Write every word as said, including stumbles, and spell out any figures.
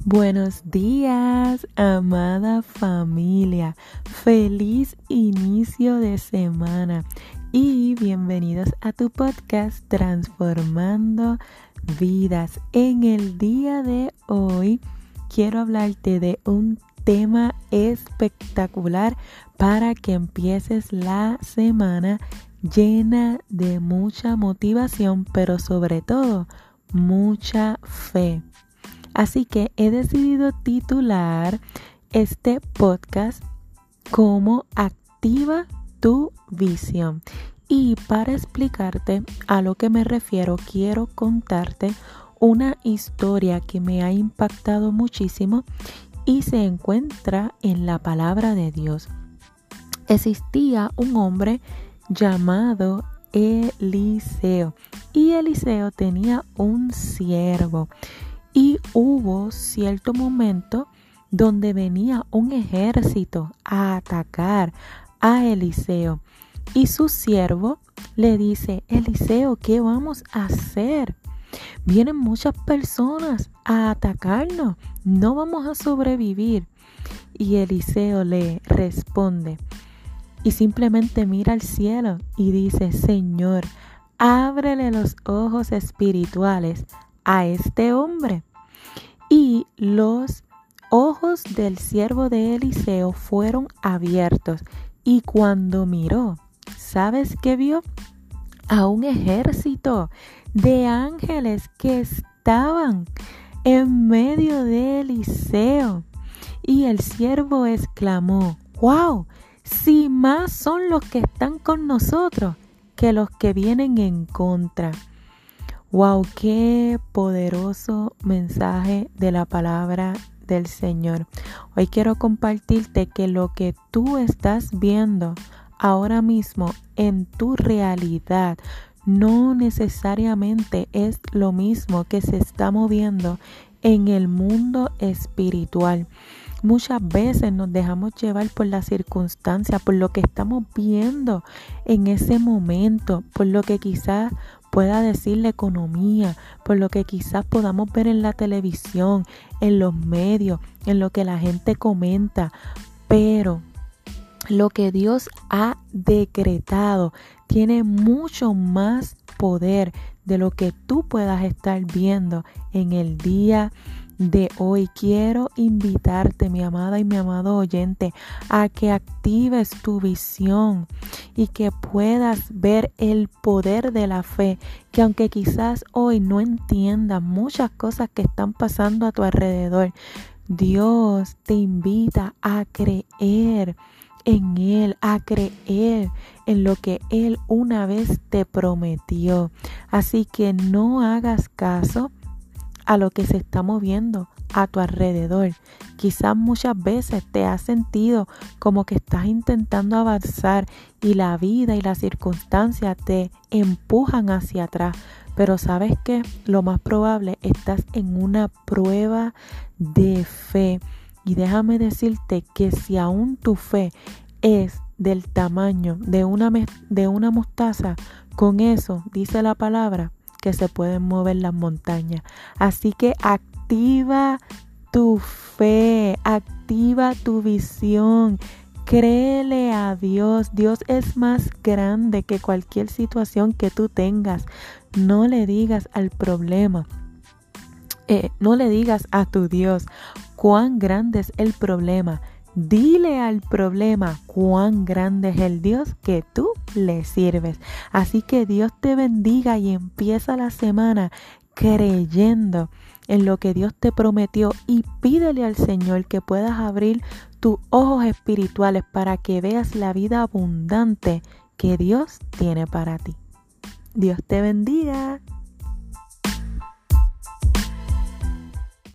Buenos días, amada familia. Feliz inicio de semana y bienvenidos a tu podcast Transformando Vidas. En el día de hoy quiero hablarte de un tema espectacular para que empieces la semana llena de mucha motivación, pero sobre todo mucha fe. Así que he decidido titular este podcast como Activa tu visión. Y para explicarte a lo que me refiero, quiero contarte una historia que me ha impactado muchísimo y se encuentra en la palabra de Dios. Existía un hombre llamado Eliseo y Eliseo tenía un siervo. Y hubo cierto momento donde venía un ejército a atacar a Eliseo. Y su siervo le dice: Eliseo, ¿qué vamos a hacer? Vienen muchas personas a atacarnos. No vamos a sobrevivir. Y Eliseo le responde y simplemente mira al cielo y dice: Señor, ábrele los ojos espirituales a este hombre. Y los ojos del siervo de Eliseo fueron abiertos. Y cuando miró, ¿sabes qué vio? A un ejército de ángeles que estaban en medio de Eliseo. Y el siervo exclamó: ¡Wow! Si más son los que están con nosotros que los que vienen en contra. ¡Wow! ¡Qué poderoso mensaje de la palabra del Señor! Hoy quiero compartirte que lo que tú estás viendo ahora mismo en tu realidad no necesariamente es lo mismo que se está moviendo en el mundo espiritual. Muchas veces nos dejamos llevar por las circunstancias, por lo que estamos viendo en ese momento, por lo que quizás pueda decir la economía, por lo que quizás podamos ver en la televisión, en los medios, en lo que la gente comenta. Pero lo que Dios ha decretado tiene mucho más poder de lo que tú puedas estar viendo en el día de hoy. Quiero invitarte, mi amada y mi amado oyente, a que actives tu visión y que puedas ver el poder de la fe, que aunque quizás hoy no entiendas muchas cosas que están pasando a tu alrededor, Dios te invita a creer en Él, a creer en lo que Él una vez te prometió. Así que no hagas caso a lo que se está moviendo a tu alrededor. Quizás muchas veces te has sentido como que estás intentando avanzar y la vida y las circunstancias te empujan hacia atrás. Pero ¿sabes qué? Lo más probable, estás en una prueba de fe. Y déjame decirte que si aún tu fe es del tamaño de una, de una mostaza, con eso, dice la palabra, que se pueden mover las montañas. Así que activa tu fe, activa tu visión, créele a Dios. Dios es más grande que cualquier situación que tú tengas. No le digas al problema, eh, no le digas a tu Dios cuán grande es el problema. Dile al problema cuán grande es el Dios que tú le sirves. Así que Dios te bendiga y empieza la semana creyendo en lo que Dios te prometió y pídele al Señor que puedas abrir tus ojos espirituales para que veas la vida abundante que Dios tiene para ti. Dios te bendiga.